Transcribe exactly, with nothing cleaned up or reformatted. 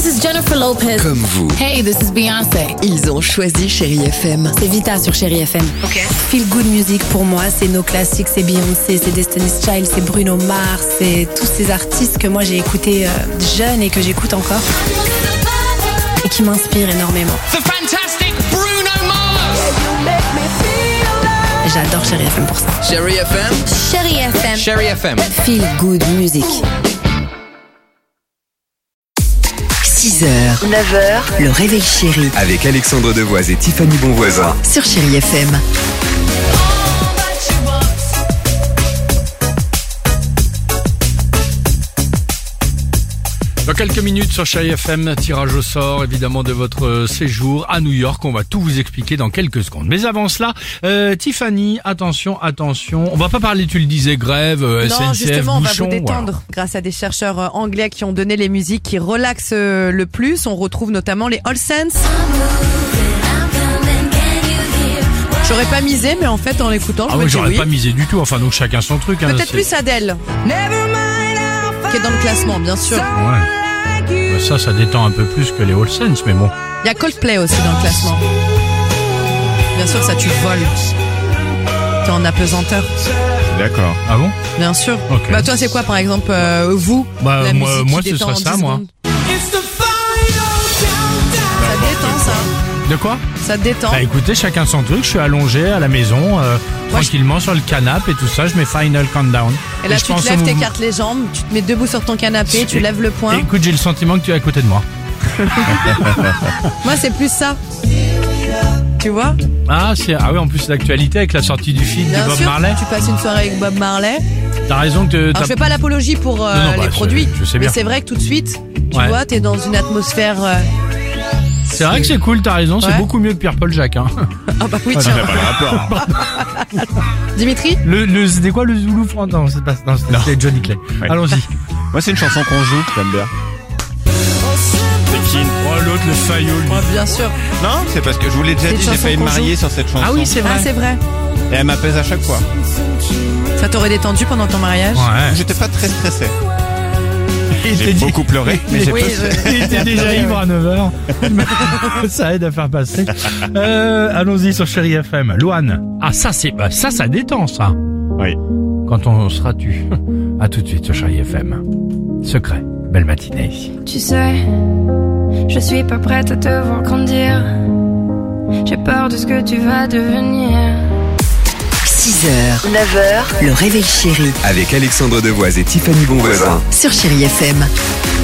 this is Jennifer Lopez. Comme vous. Hey, this is Beyoncé. Ils ont choisi Chérie F M. C'est Vita sur Chérie F M. Ok. Feel good music pour moi, c'est nos classiques, c'est Beyoncé, c'est Destiny's Child, c'est Bruno Mars, c'est tous ces artistes que moi j'ai écoutés euh, jeune et que j'écoute encore et qui m'inspirent énormément. The fantastic Bruno Mars. J'adore Chérie F M pour ça. Chérie F M. Chérie F M. Chérie F M. Feel good music. six heures, neuf heures, le réveil chéri Avec Alexandre Devoise et Tiffany Bonvoisin. sur Chérie F M. Dans quelques minutes sur Chérie F M, tirage au sort évidemment de votre séjour à New York. On va tout vous expliquer dans quelques secondes. Mais avant cela, euh, Tiffany, attention, attention. On va pas parler, tu le disais, grève, euh, Non, S N C F, justement, on va bouchon. vous détendre Voilà. grâce à des chercheurs euh, anglais qui ont donné les musiques qui relaxent euh, le plus. On retrouve notamment les All Saints. J'aurais pas misé, mais en fait, en l'écoutant, je Ah me oui, dis j'aurais oui. pas misé du tout. Enfin, donc chacun son truc. Hein, Peut-être c'est- plus Adele, qui est dans le classement, bien sûr. Ouais. Bah, ça, ça détend un peu plus que les All Saints, mais bon. Il y a Coldplay aussi dans le classement. Bien sûr, ça tu voles. T'es en apesanteur, D'accord. Ah bon? bien sûr. Ok. Bah toi, c'est quoi, par exemple, euh, vous Bah, la moi- musique moi, qui ce détend serait en ça, dix moi. secondes. Ça détend, ça. De quoi? Ça te détend. Bah écoutez, chacun son truc. Je suis allongé à la maison, euh, Moi, tranquillement sur le canapé et tout ça. Je mets Final Countdown. Et là, je tu pense te au lèves, mouvement. t'écartes les jambes, tu te mets debout sur ton canapé, tu Et- lèves le poing. Écoute, j'ai le sentiment que tu es à côté de moi. Moi, c'est plus ça. Tu vois? Ah, c'est, ah oui, en plus, c'est l'actualité avec la sortie du film Bien de Bob sûr, Marley. tu passes une soirée avec Bob Marley. T'as raison que Alors, t'as... je fais pas l'apologie pour euh, Non, non, bah, les je- produits, je sais mais bien. c'est vrai que tout de suite, tu Ouais. vois, t'es dans une atmosphère. euh, C'est vrai que c'est cool, t'as raison, c'est Ouais. beaucoup mieux que Pierre-Paul Jacques. Hein. Ah bah oui, Ça tiens. n'a pas de rapport. Dimitri? Le, le, c'était quoi le Zoulou France? Non, c'est pas, non, c'était Non. c'était Johnny Clay. Ouais. Allons-y. Moi, c'est une chanson qu'on joue, j'aime bien. C'est qui? Oh, l'autre, le faillot, lui. Ouais, bien sûr. Non, c'est parce que je vous l'ai déjà C'est dit, une j'ai chanson failli me qu'on marier joue. sur cette chanson. Ah oui, c'est vrai. Ah, c'est vrai. Et elle m'apaise à chaque fois. Ça t'aurait détendu pendant ton mariage? Ouais. J'étais pas très stressé. Il J'ai était dit- beaucoup pleuré, mais j'ai Oui, pas... je- Il était déjà ivre à neuf heures. Ça aide à faire passer. Euh, allons-y sur Chérie F M. Louane. Ah, ça, c'est, bah, ça, ça détend, ça. Oui. Quand on sera tu. À tout de suite sur Chérie F M. Secret. Belle matinée. Tu sais, je suis pas prête à te voir grandir. J'ai peur de ce que tu vas devenir. six heures, neuf heures, le réveil chéri Avec Alexandre Devoise et Tiffany Bonvoisin. sur Chérie F M.